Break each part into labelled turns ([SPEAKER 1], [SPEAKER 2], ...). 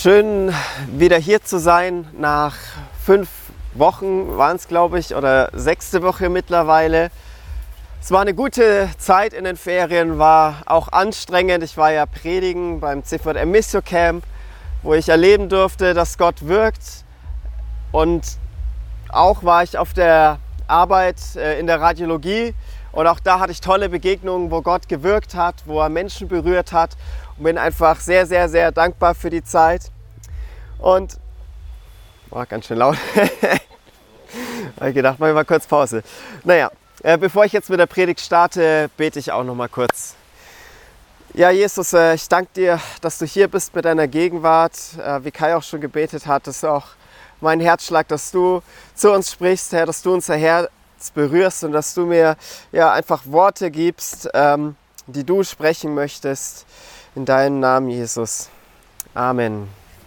[SPEAKER 1] Schön wieder hier zu sein. Nach 5 Wochen waren es, glaube ich, oder 6. Woche mittlerweile. Es war eine gute Zeit in den Ferien, war auch anstrengend. Ich war ja predigen beim CVM Missio Camp, wo ich erleben durfte, dass Gott wirkt. Und auch war ich auf der Arbeit in der Radiologie. Und auch da hatte ich tolle Begegnungen, wo Gott gewirkt hat, wo er Menschen berührt hat. Und bin einfach sehr, sehr, sehr dankbar für die Zeit. Und war ganz schön laut. Habe ich gedacht, mach ich mal kurz Pause. Naja, bevor ich jetzt mit der Predigt starte, bete ich auch noch mal kurz. Ja, Jesus, ich danke dir, dass du hier bist mit deiner Gegenwart. Wie Kai auch schon gebetet hat, das ist auch mein Herzschlag, dass du zu uns sprichst, Herr, dass du unser Herz berührst und dass du mir ja einfach Worte gibst, die du sprechen möchtest. In deinem Namen, Jesus. Amen.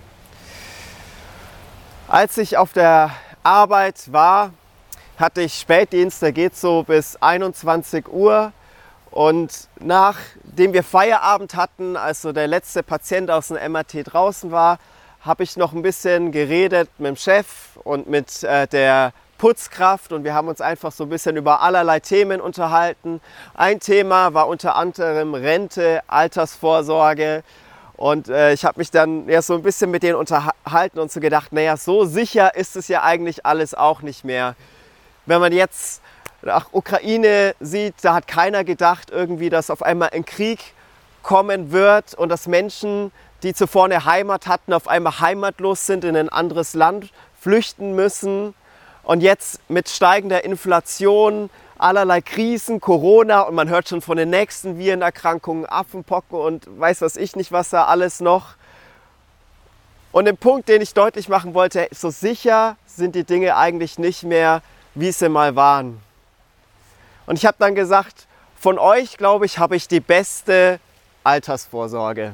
[SPEAKER 1] Als ich auf der Arbeit war, hatte ich Spätdienst, der geht so bis 21 Uhr. Und nachdem wir Feierabend hatten, also der letzte Patient aus dem MRT draußen war, habe ich noch ein bisschen geredet mit dem Chef und mit der Putzkraft. Und wir haben uns einfach so ein bisschen über allerlei Themen unterhalten. Ein Thema war unter anderem Rente, Altersvorsorge. Und ich habe mich dann ja so ein bisschen mit denen unterhalten und so gedacht, naja, so sicher ist es ja eigentlich alles auch nicht mehr. Wenn man jetzt nach Ukraine sieht, da hat keiner gedacht irgendwie, dass auf einmal ein Krieg kommen wird und dass Menschen, die zuvor eine Heimat hatten, auf einmal heimatlos sind, in ein anderes Land flüchten müssen. Und jetzt mit steigender Inflation, allerlei Krisen, Corona und man hört schon von den nächsten Virenerkrankungen, Affenpocken und weiß was ich nicht, was da alles noch. Und den Punkt, den ich deutlich machen wollte, so sicher sind die Dinge eigentlich nicht mehr, wie sie mal waren. Und ich habe dann gesagt, von euch, glaube ich, habe ich die beste Altersvorsorge.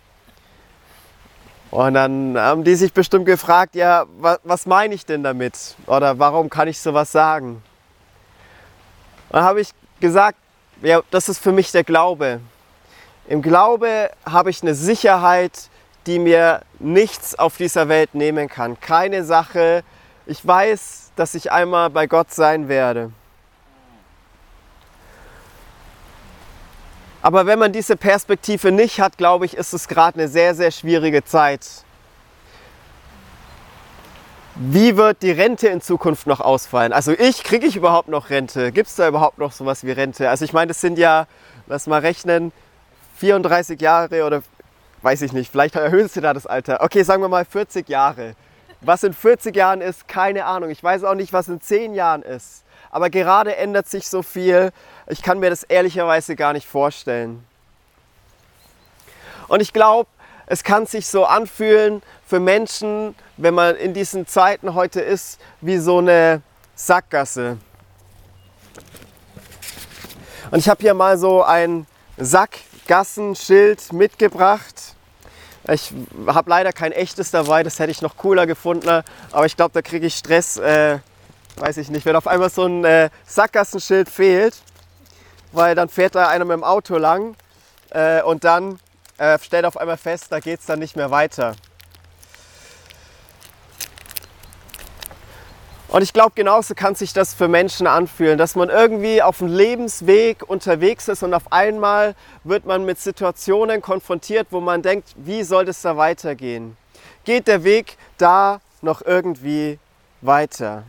[SPEAKER 1] Und dann haben die sich bestimmt gefragt, ja, was meine ich denn damit? Oder warum kann ich sowas sagen? Und dann habe ich gesagt, ja, das ist für mich der Glaube. Im Glaube habe ich eine Sicherheit, die mir nichts auf dieser Welt nehmen kann. Keine Sache. Ich weiß, dass ich einmal bei Gott sein werde. Aber wenn man diese Perspektive nicht hat, glaube ich, ist es gerade eine sehr, sehr schwierige Zeit. Wie wird die Rente in Zukunft noch ausfallen? Also kriege ich überhaupt noch Rente? Gibt es da überhaupt noch sowas wie Rente? Also ich meine, das sind ja, lass mal rechnen, 34 Jahre oder weiß ich nicht, vielleicht erhöhst du da das Alter. Okay, sagen wir mal 40 Jahre. Was in 40 Jahren ist, keine Ahnung. Ich weiß auch nicht, was in 10 Jahren ist. Aber gerade ändert sich so viel, ich kann mir das ehrlicherweise gar nicht vorstellen. Und ich glaube, es kann sich so anfühlen für Menschen, wenn man in diesen Zeiten heute ist, wie so eine Sackgasse. Und ich habe hier mal so ein Sackgassenschild mitgebracht. Ich habe leider kein echtes dabei, das hätte ich noch cooler gefunden, aber ich glaube, da kriege ich Stress. Weiß ich nicht, wenn auf einmal so ein Sackgassenschild fehlt, weil dann fährt da einer mit dem Auto lang und dann stellt auf einmal fest, da geht es dann nicht mehr weiter. Und ich glaube, genauso kann sich das für Menschen anfühlen, dass man irgendwie auf dem Lebensweg unterwegs ist und auf einmal wird man mit Situationen konfrontiert, wo man denkt, wie soll das da weitergehen? Geht der Weg da noch irgendwie weiter?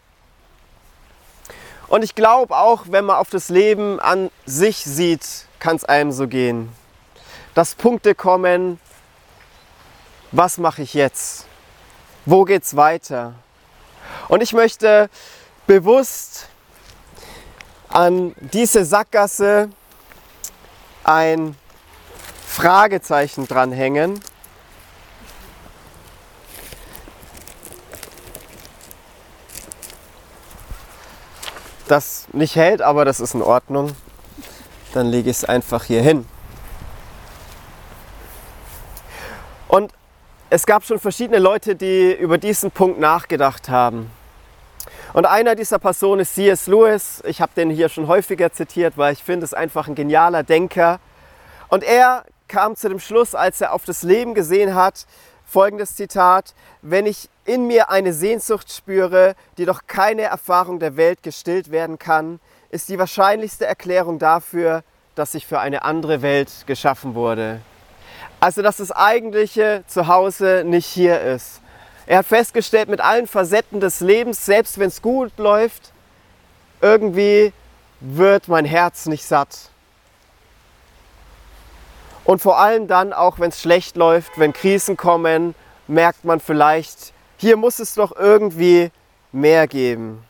[SPEAKER 1] Und ich glaube auch, wenn man auf das Leben an sich sieht, kann es einem so gehen. Dass Punkte kommen, was mache ich jetzt? Wo geht's weiter? Und ich möchte bewusst an diese Sackgasse ein Fragezeichen dranhängen. Das nicht hält, aber das ist in Ordnung. Dann lege ich es einfach hier hin. Und es gab schon verschiedene Leute, die über diesen Punkt nachgedacht haben. Und einer dieser Personen ist C.S. Lewis. Ich habe den hier schon häufiger zitiert, weil ich finde, es einfach ein genialer Denker. Und er kam zu dem Schluss, als er auf das Leben gesehen hat, folgendes Zitat: Wenn ich in mir eine Sehnsucht spüre, die durch keine Erfahrung der Welt gestillt werden kann, ist die wahrscheinlichste Erklärung dafür, dass ich für eine andere Welt geschaffen wurde. Also, dass das eigentliche Zuhause nicht hier ist. Er hat festgestellt, mit allen Facetten des Lebens, selbst wenn es gut läuft, irgendwie wird mein Herz nicht satt. Und vor allem dann, auch wenn es schlecht läuft, wenn Krisen kommen, merkt man vielleicht, hier muss es doch irgendwie mehr geben.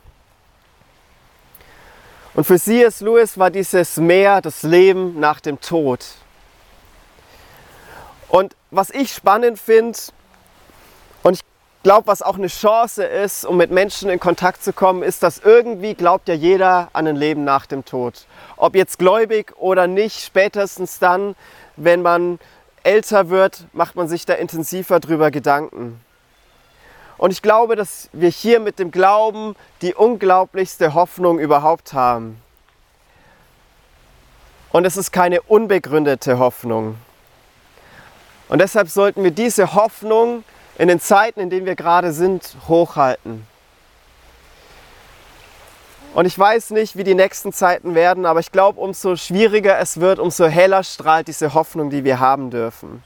[SPEAKER 1] Und für C.S. Lewis war dieses Meer das Leben nach dem Tod. Und was ich spannend finde, und ich glaube, was auch eine Chance ist, um mit Menschen in Kontakt zu kommen, ist, dass irgendwie glaubt ja jeder an ein Leben nach dem Tod. Ob jetzt gläubig oder nicht, spätestens dann, wenn man älter wird, macht man sich da intensiver drüber Gedanken. Und ich glaube, dass wir hier mit dem Glauben die unglaublichste Hoffnung überhaupt haben. Und es ist keine unbegründete Hoffnung. Und deshalb sollten wir diese Hoffnung in den Zeiten, in denen wir gerade sind, hochhalten. Und ich weiß nicht, wie die nächsten Zeiten werden, aber ich glaube, umso schwieriger es wird, umso heller strahlt diese Hoffnung, die wir haben dürfen.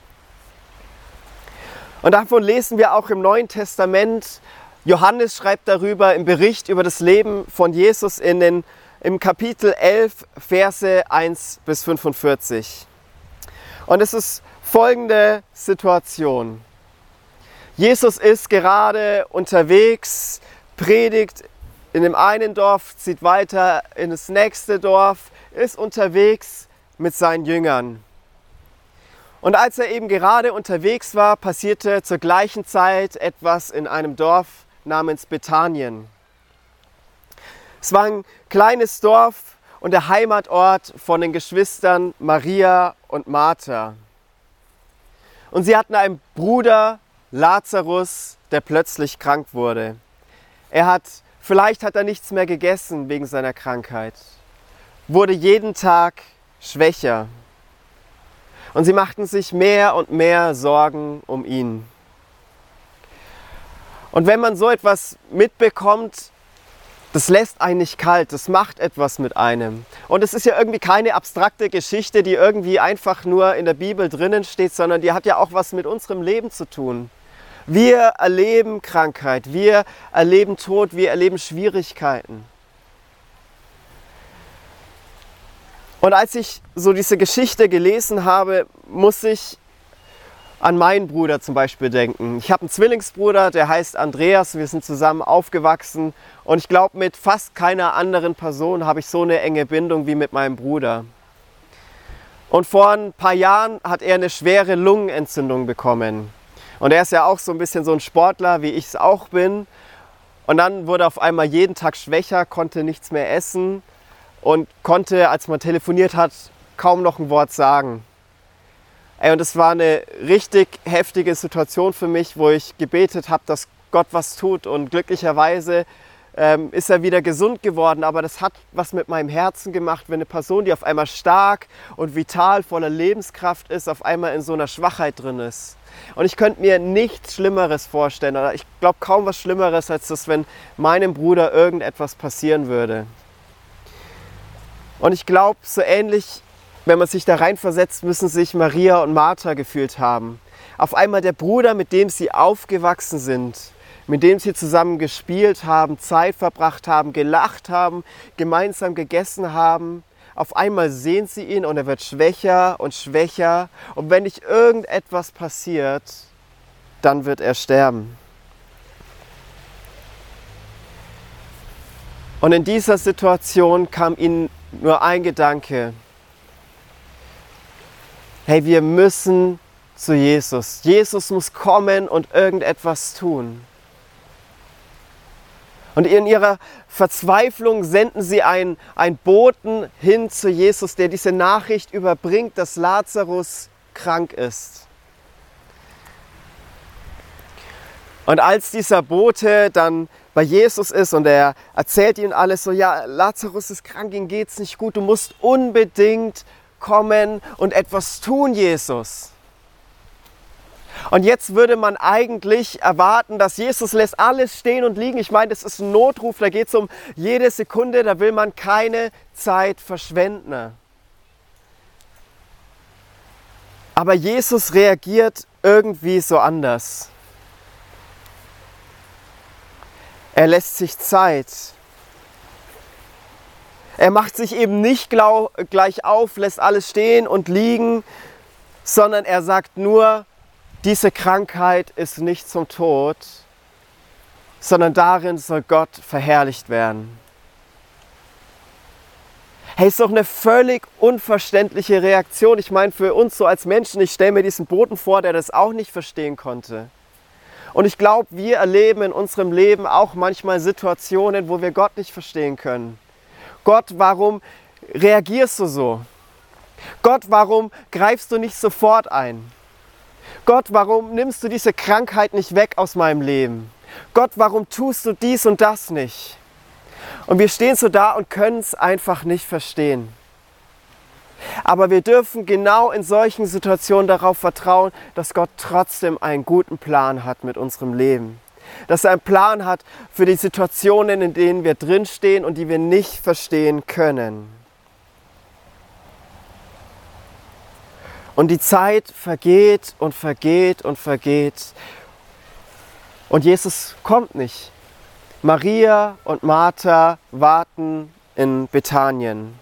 [SPEAKER 1] Und davon lesen wir auch im Neuen Testament. Johannes schreibt darüber im Bericht über das Leben von Jesus im Kapitel 11, Verse 1 bis 45. Und es ist folgende Situation. Jesus ist gerade unterwegs, predigt in dem einen Dorf, zieht weiter in das nächste Dorf, ist unterwegs mit seinen Jüngern. Und als er eben gerade unterwegs war, passierte zur gleichen Zeit etwas in einem Dorf namens Bethanien. Es war ein kleines Dorf und der Heimatort von den Geschwistern Maria und Martha. Und sie hatten einen Bruder, Lazarus, der plötzlich krank wurde. Vielleicht hat er nichts mehr gegessen wegen seiner Krankheit, wurde jeden Tag schwächer. Und sie machten sich mehr und mehr Sorgen um ihn. Und wenn man so etwas mitbekommt, das lässt einen nicht kalt, das macht etwas mit einem. Und es ist ja irgendwie keine abstrakte Geschichte, die irgendwie einfach nur in der Bibel drinnen steht, sondern die hat ja auch was mit unserem Leben zu tun. Wir erleben Krankheit, wir erleben Tod, wir erleben Schwierigkeiten. Und als ich so diese Geschichte gelesen habe, muss ich an meinen Bruder zum Beispiel denken. Ich habe einen Zwillingsbruder, der heißt Andreas, wir sind zusammen aufgewachsen und ich glaube, mit fast keiner anderen Person habe ich so eine enge Bindung wie mit meinem Bruder. Und vor ein paar Jahren hat er eine schwere Lungenentzündung bekommen. Und er ist ja auch so ein bisschen so ein Sportler, wie ich es auch bin. Und dann wurde er auf einmal jeden Tag schwächer, konnte nichts mehr essen und konnte, als man telefoniert hat, kaum noch ein Wort sagen. Und es war eine richtig heftige Situation für mich, wo ich gebetet habe, dass Gott was tut. Und glücklicherweise ist er wieder gesund geworden. Aber das hat was mit meinem Herzen gemacht, wenn eine Person, die auf einmal stark und vital, voller Lebenskraft ist, auf einmal in so einer Schwachheit drin ist. Und ich könnte mir nichts Schlimmeres vorstellen. Oder ich glaube kaum was Schlimmeres, als das, wenn meinem Bruder irgendetwas passieren würde. Und ich glaube, so ähnlich, wenn man sich da reinversetzt, müssen sich Maria und Martha gefühlt haben. Auf einmal der Bruder, mit dem sie aufgewachsen sind, mit dem sie zusammen gespielt haben, Zeit verbracht haben, gelacht haben, gemeinsam gegessen haben. Auf einmal sehen sie ihn und er wird schwächer und schwächer. Und wenn nicht irgendetwas passiert, dann wird er sterben. Und in dieser Situation kam ihnen nur ein Gedanke. Hey, wir müssen zu Jesus. Jesus muss kommen und irgendetwas tun. Und in ihrer Verzweiflung senden sie einen Boten hin zu Jesus, der diese Nachricht überbringt, dass Lazarus krank ist. Und als dieser Bote dann bei Jesus ist und er erzählt ihm alles so, ja, Lazarus ist krank, ihm geht's nicht gut, du musst unbedingt kommen und etwas tun, Jesus. Und jetzt würde man eigentlich erwarten, dass Jesus lässt alles stehen und liegen. Ich meine, das ist ein Notruf, da geht es um jede Sekunde, da will man keine Zeit verschwenden. Aber Jesus reagiert irgendwie so anders. Er lässt sich Zeit. Er macht sich eben nicht gleich auf, lässt alles stehen und liegen, sondern er sagt nur, diese Krankheit ist nicht zum Tod, sondern darin soll Gott verherrlicht werden. Hey, ist doch eine völlig unverständliche Reaktion. Ich meine, für uns so als Menschen, ich stelle mir diesen Boten vor, der das auch nicht verstehen konnte. Und ich glaube, wir erleben in unserem Leben auch manchmal Situationen, wo wir Gott nicht verstehen können. Gott, warum reagierst du so? Gott, warum greifst du nicht sofort ein? Gott, warum nimmst du diese Krankheit nicht weg aus meinem Leben? Gott, warum tust du dies und das nicht? Und wir stehen so da und können es einfach nicht verstehen. Aber wir dürfen genau in solchen Situationen darauf vertrauen, dass Gott trotzdem einen guten Plan hat mit unserem Leben. Dass er einen Plan hat für die Situationen, in denen wir drinstehen und die wir nicht verstehen können. Und die Zeit vergeht und vergeht und vergeht. Und Jesus kommt nicht. Maria und Martha warten in Bethanien.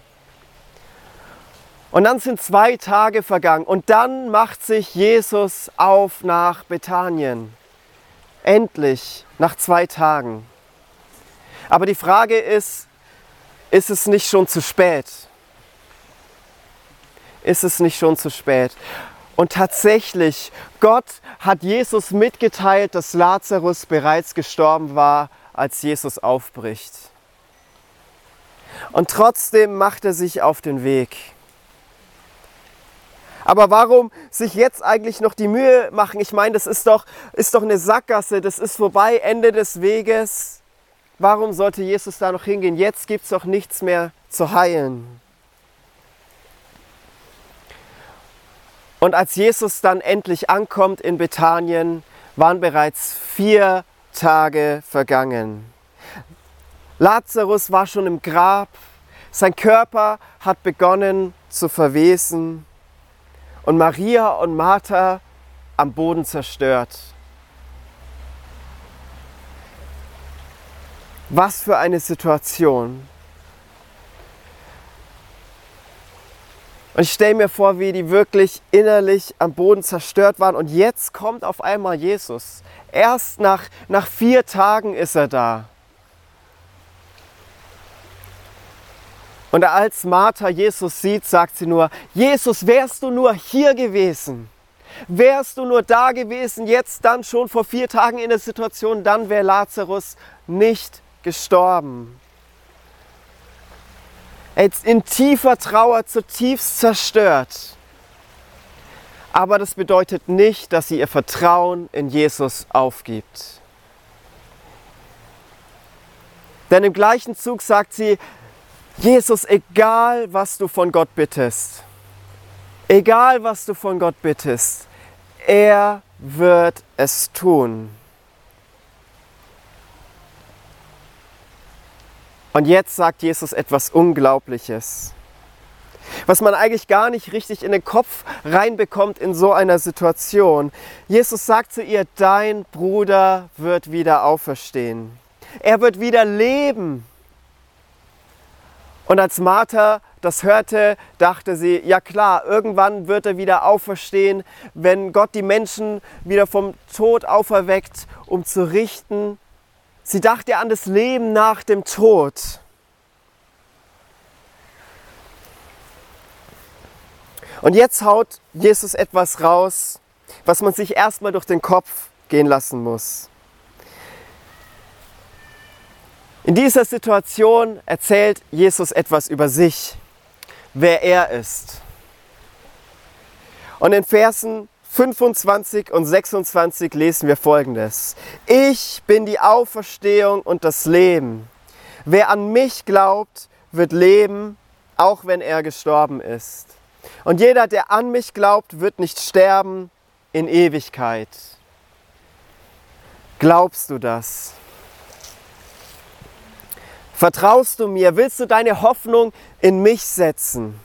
[SPEAKER 1] Und dann sind 2 Tage vergangen und dann macht sich Jesus auf nach Bethanien. Endlich, nach 2 Tagen. Aber die Frage ist es nicht schon zu spät? Ist es nicht schon zu spät? Und tatsächlich, Gott hat Jesus mitgeteilt, dass Lazarus bereits gestorben war, als Jesus aufbricht. Und trotzdem macht er sich auf den Weg. Aber warum sich jetzt eigentlich noch die Mühe machen? Ich meine, das ist doch eine Sackgasse, das ist vorbei, Ende des Weges. Warum sollte Jesus da noch hingehen? Jetzt gibt es doch nichts mehr zu heilen. Und als Jesus dann endlich ankommt in Bethanien, waren bereits 4 Tage vergangen. Lazarus war schon im Grab, sein Körper hat begonnen zu verwesen und Maria und Martha am Boden zerstört. Was für eine Situation. Und ich stelle mir vor, wie die wirklich innerlich am Boden zerstört waren. Und jetzt kommt auf einmal Jesus. Erst nach 4 Tagen ist er da. Und als Martha Jesus sieht, sagt sie nur, Jesus, wärst du nur hier gewesen. Wärst du nur da gewesen, jetzt dann schon vor 4 Tagen in der Situation, dann wäre Lazarus nicht gestorben. Jetzt in tiefer Trauer, zutiefst zerstört. Aber das bedeutet nicht, dass sie ihr Vertrauen in Jesus aufgibt. Denn im gleichen Zug sagt sie, Jesus, egal was du von Gott bittest, egal was du von Gott bittest, er wird es tun. Und jetzt sagt Jesus etwas Unglaubliches, was man eigentlich gar nicht richtig in den Kopf reinbekommt in so einer Situation. Jesus sagt zu ihr, dein Bruder wird wieder auferstehen. Er wird wieder leben. Und als Martha das hörte, dachte sie, ja klar, irgendwann wird er wieder auferstehen, wenn Gott die Menschen wieder vom Tod auferweckt, um zu richten. Sie dachte an das Leben nach dem Tod. Und jetzt haut Jesus etwas raus, was man sich erstmal durch den Kopf gehen lassen muss. In dieser Situation erzählt Jesus etwas über sich, wer er ist. Und in Versen 25 und 26 lesen wir Folgendes. Ich bin die Auferstehung und das Leben. Wer an mich glaubt, wird leben, auch wenn er gestorben ist. Und jeder, der an mich glaubt, wird nicht sterben, in Ewigkeit. Glaubst du das? Vertraust du mir? Willst du deine Hoffnung in mich setzen?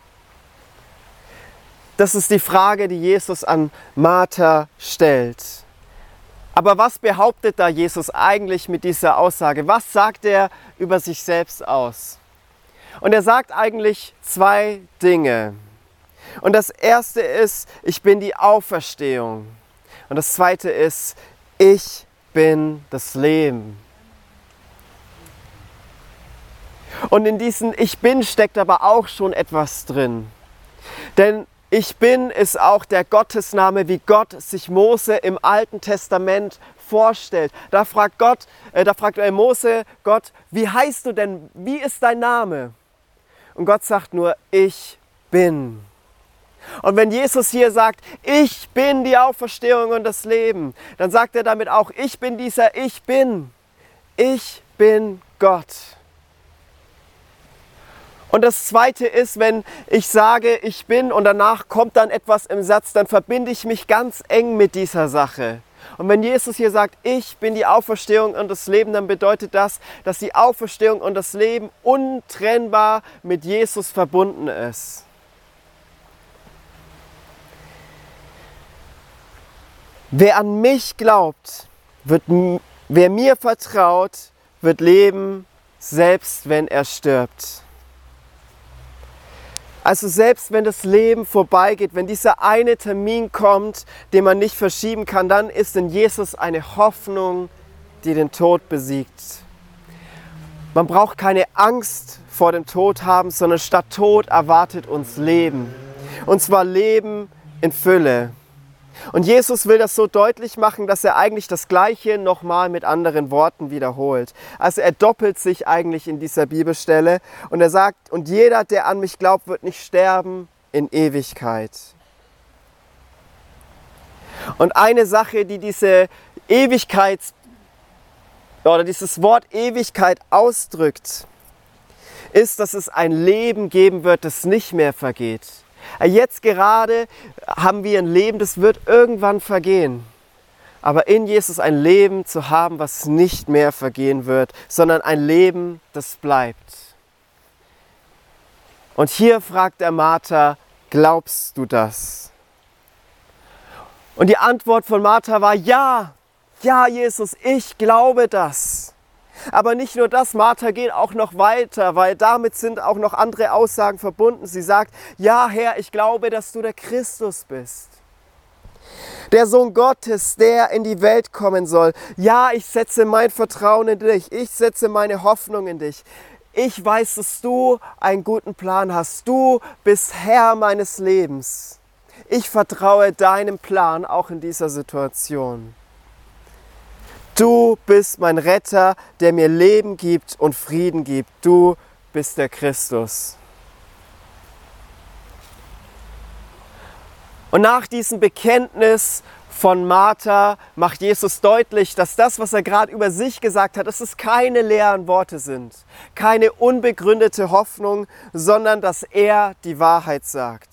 [SPEAKER 1] Das ist die Frage, die Jesus an Martha stellt. Aber was behauptet da Jesus eigentlich mit dieser Aussage? Was sagt er über sich selbst aus? Und er sagt eigentlich zwei Dinge. Und das erste ist, ich bin die Auferstehung. Und das zweite ist, ich bin das Leben. Und in diesem Ich bin steckt aber auch schon etwas drin. Denn Ich bin ist auch der Gottesname, wie Gott sich Mose im Alten Testament vorstellt. Da fragt Mose Gott, wie heißt du denn? Wie ist dein Name? Und Gott sagt nur, ich bin. Und wenn Jesus hier sagt, ich bin die Auferstehung und das Leben, dann sagt er damit auch, ich bin dieser Ich bin. Ich bin Gott. Und das Zweite ist, wenn ich sage, ich bin und danach kommt dann etwas im Satz, dann verbinde ich mich ganz eng mit dieser Sache. Und wenn Jesus hier sagt, ich bin die Auferstehung und das Leben, dann bedeutet das, dass die Auferstehung und das Leben untrennbar mit Jesus verbunden ist. Wer an mich glaubt, wer mir vertraut, wird leben, selbst wenn er stirbt. Also selbst wenn das Leben vorbeigeht, wenn dieser eine Termin kommt, den man nicht verschieben kann, dann ist in Jesus eine Hoffnung, die den Tod besiegt. Man braucht keine Angst vor dem Tod haben, sondern statt Tod erwartet uns Leben. Und zwar Leben in Fülle. Und Jesus will das so deutlich machen, dass er eigentlich das Gleiche nochmal mit anderen Worten wiederholt. Also er doppelt sich eigentlich in dieser Bibelstelle und er sagt, und jeder, der an mich glaubt, wird nicht sterben in Ewigkeit. Und eine Sache, die diese dieses Wort Ewigkeit ausdrückt, ist, dass es ein Leben geben wird, das nicht mehr vergeht. Jetzt gerade haben wir ein Leben, das wird irgendwann vergehen. Aber in Jesus ein Leben zu haben, was nicht mehr vergehen wird, sondern ein Leben, das bleibt. Und hier fragt er Martha, glaubst du das? Und die Antwort von Martha war, ja, Jesus, ich glaube das. Aber nicht nur das, Martha geht auch noch weiter, weil damit sind auch noch andere Aussagen verbunden. Sie sagt, ja Herr, ich glaube, dass du der Christus bist. Der Sohn Gottes, der in die Welt kommen soll. Ja, ich setze mein Vertrauen in dich, ich setze meine Hoffnung in dich. Ich weiß, dass du einen guten Plan hast. Du bist Herr meines Lebens. Ich vertraue deinem Plan auch in dieser Situation. Du bist mein Retter, der mir Leben gibt und Frieden gibt. Du bist der Christus. Und nach diesem Bekenntnis von Martha macht Jesus deutlich, dass das, was er gerade über sich gesagt hat, dass es keine leeren Worte sind, keine unbegründete Hoffnung, sondern dass er die Wahrheit sagt.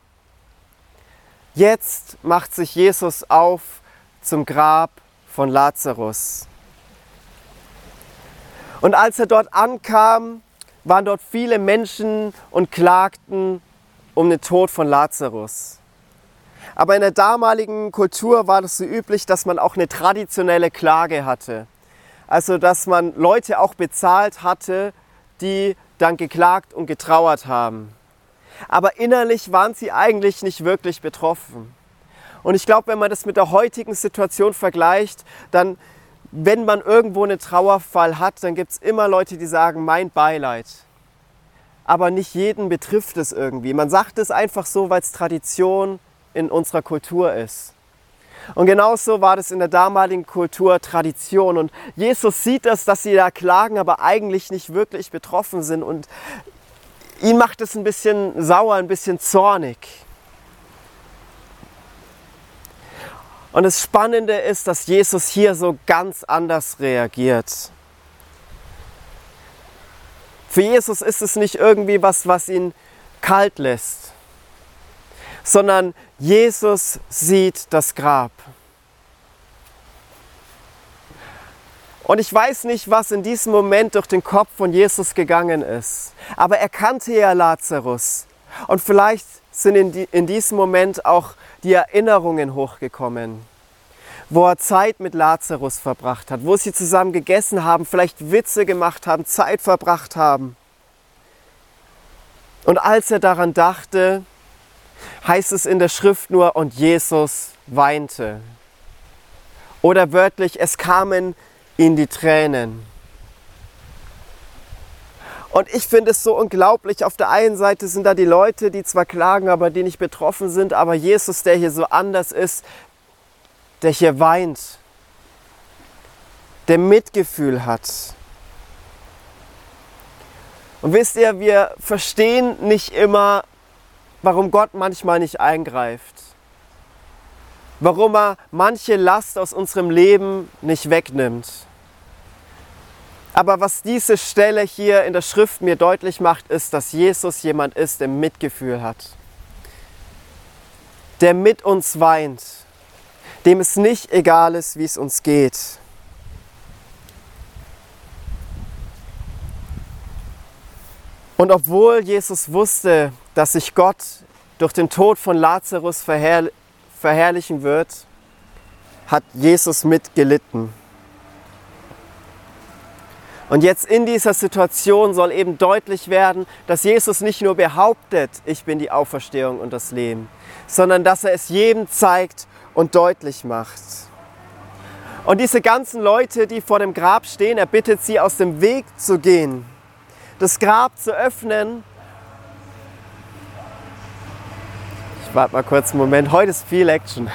[SPEAKER 1] Jetzt macht sich Jesus auf zum Grab von Lazarus. Und als er dort ankam, waren dort viele Menschen und klagten um den Tod von Lazarus. Aber in der damaligen Kultur war das so üblich, dass man auch eine traditionelle Klage hatte. Also dass man Leute auch bezahlt hatte, die dann geklagt und getrauert haben. Aber innerlich waren sie eigentlich nicht wirklich betroffen. Und ich glaube, wenn man das mit der heutigen Situation vergleicht, dann, wenn man irgendwo einen Trauerfall hat, dann gibt es immer Leute, die sagen, mein Beileid. Aber nicht jeden betrifft es irgendwie. Man sagt es einfach so, weil es Tradition in unserer Kultur ist. Und genauso war das in der damaligen Kultur Tradition. Und Jesus sieht das, dass sie da klagen, aber eigentlich nicht wirklich betroffen sind. Und ihn macht es ein bisschen sauer, ein bisschen zornig. Und das Spannende ist, dass Jesus hier so ganz anders reagiert. Für Jesus ist es nicht irgendwie was ihn kalt lässt, sondern Jesus sieht das Grab. Und ich weiß nicht, was in diesem Moment durch den Kopf von Jesus gegangen ist, aber er kannte ja Lazarus. Und vielleicht sind in diesem Moment auch die Erinnerungen hochgekommen, wo er Zeit mit Lazarus verbracht hat, wo sie zusammen gegessen haben, vielleicht Witze gemacht haben, Zeit verbracht haben. Und als er daran dachte, heißt es in der Schrift nur, und Jesus weinte. Oder wörtlich, es kamen ihm die Tränen. Und ich finde es so unglaublich, auf der einen Seite sind da die Leute, die zwar klagen, aber die nicht betroffen sind, aber Jesus, der hier so anders ist, der hier weint, der Mitgefühl hat. Und wisst ihr, wir verstehen nicht immer, warum Gott manchmal nicht eingreift. Warum er manche Last aus unserem Leben nicht wegnimmt. Aber was diese Stelle hier in der Schrift mir deutlich macht, ist, dass Jesus jemand ist, der Mitgefühl hat. Der mit uns weint. Dem es nicht egal ist, wie es uns geht. Und obwohl Jesus wusste, dass sich Gott durch den Tod von Lazarus verherrlichen wird, hat Jesus mitgelitten. Und jetzt in dieser Situation soll eben deutlich werden, dass Jesus nicht nur behauptet, ich bin die Auferstehung und das Leben, sondern dass er es jedem zeigt und deutlich macht. Und diese ganzen Leute, die vor dem Grab stehen, er bittet sie, aus dem Weg zu gehen, das Grab zu öffnen. Ich warte mal kurz einen Moment, heute ist viel Action.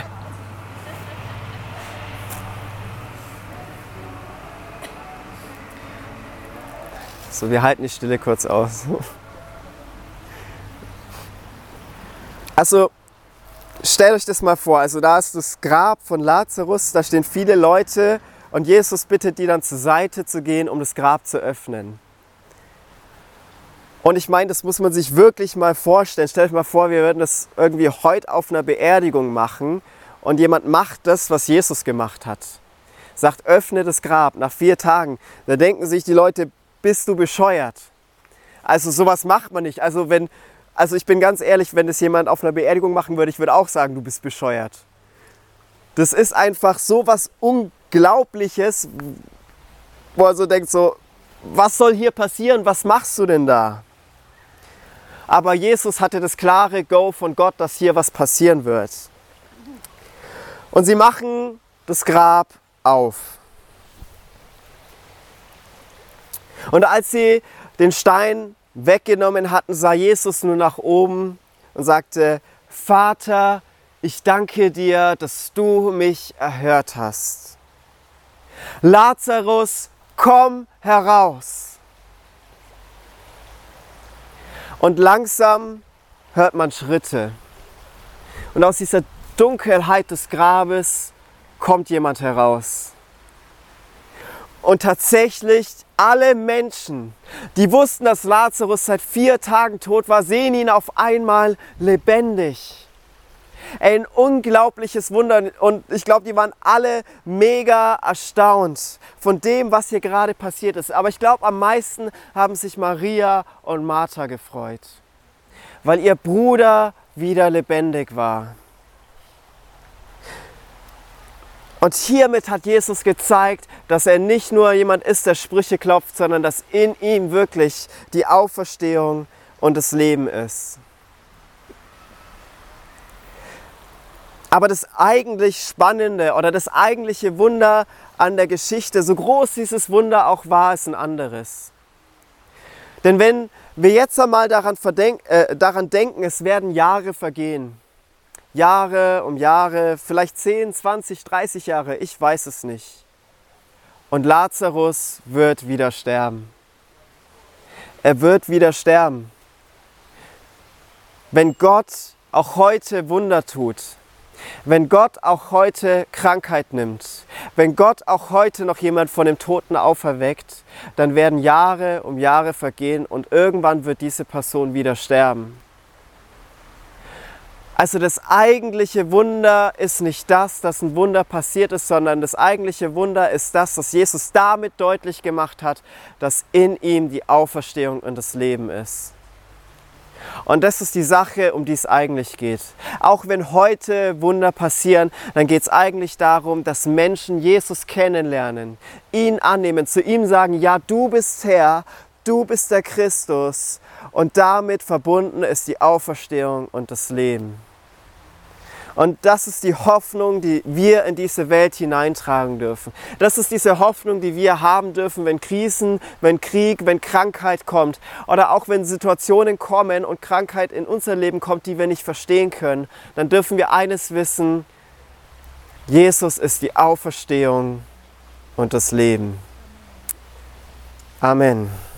[SPEAKER 1] So, wir halten die Stille kurz aus. Also, stellt euch das mal vor, also da ist das Grab von Lazarus, da stehen viele Leute und Jesus bittet die dann zur Seite zu gehen, um das Grab zu öffnen. Und ich meine, das muss man sich wirklich mal vorstellen. Stellt euch mal vor, wir würden das irgendwie heute auf einer Beerdigung machen und jemand macht das, was Jesus gemacht hat. Sagt, öffne das Grab nach 4 Tagen. Da denken sich die Leute, bist du bescheuert? Also sowas macht man nicht. Also ich bin ganz ehrlich, wenn das jemand auf einer Beerdigung machen würde, ich würde auch sagen, du bist bescheuert. Das ist einfach so was Unglaubliches, wo er so denkt, so, was soll hier passieren? Was machst du denn da? Aber Jesus hatte das klare Go von Gott, dass hier was passieren wird. Und sie machen das Grab auf. Und als sie den Stein weggenommen hatten, sah Jesus nur nach oben und sagte, Vater, ich danke dir, dass du mich erhört hast. Lazarus, komm heraus. Und langsam hört man Schritte. Und aus dieser Dunkelheit des Grabes kommt jemand heraus. Und tatsächlich alle Menschen, die wussten, dass Lazarus seit 4 Tagen tot war, sehen ihn auf einmal lebendig. Ein unglaubliches Wunder und ich glaube, die waren alle mega erstaunt von dem, was hier gerade passiert ist. Aber ich glaube, am meisten haben sich Maria und Martha gefreut, weil ihr Bruder wieder lebendig war. Und hiermit hat Jesus gezeigt, dass er nicht nur jemand ist, der Sprüche klopft, sondern dass in ihm wirklich die Auferstehung und das Leben ist. Aber das eigentlich Spannende oder das eigentliche Wunder an der Geschichte, so groß dieses Wunder auch war, ist ein anderes. Denn wenn wir jetzt einmal daran denken, es werden Jahre vergehen, Jahre um Jahre, vielleicht 10, 20, 30 Jahre, ich weiß es nicht. Und Lazarus wird wieder sterben. Er wird wieder sterben. Wenn Gott auch heute Wunder tut, wenn Gott auch heute Krankheit nimmt, wenn Gott auch heute noch jemand von dem Toten auferweckt, dann werden Jahre um Jahre vergehen und irgendwann wird diese Person wieder sterben. Also das eigentliche Wunder ist nicht das, dass ein Wunder passiert ist, sondern das eigentliche Wunder ist das, dass Jesus damit deutlich gemacht hat, dass in ihm die Auferstehung und das Leben ist. Und das ist die Sache, um die es eigentlich geht. Auch wenn heute Wunder passieren, dann geht es eigentlich darum, dass Menschen Jesus kennenlernen, ihn annehmen, zu ihm sagen, ja, du bist Herr, du bist der Christus. Und damit verbunden ist die Auferstehung und das Leben. Und das ist die Hoffnung, die wir in diese Welt hineintragen dürfen. Das ist diese Hoffnung, die wir haben dürfen, wenn Krisen, wenn Krieg, wenn Krankheit kommt. Oder auch wenn Situationen kommen und Krankheit in unser Leben kommt, die wir nicht verstehen können. Dann dürfen wir eines wissen, Jesus ist die Auferstehung und das Leben. Amen.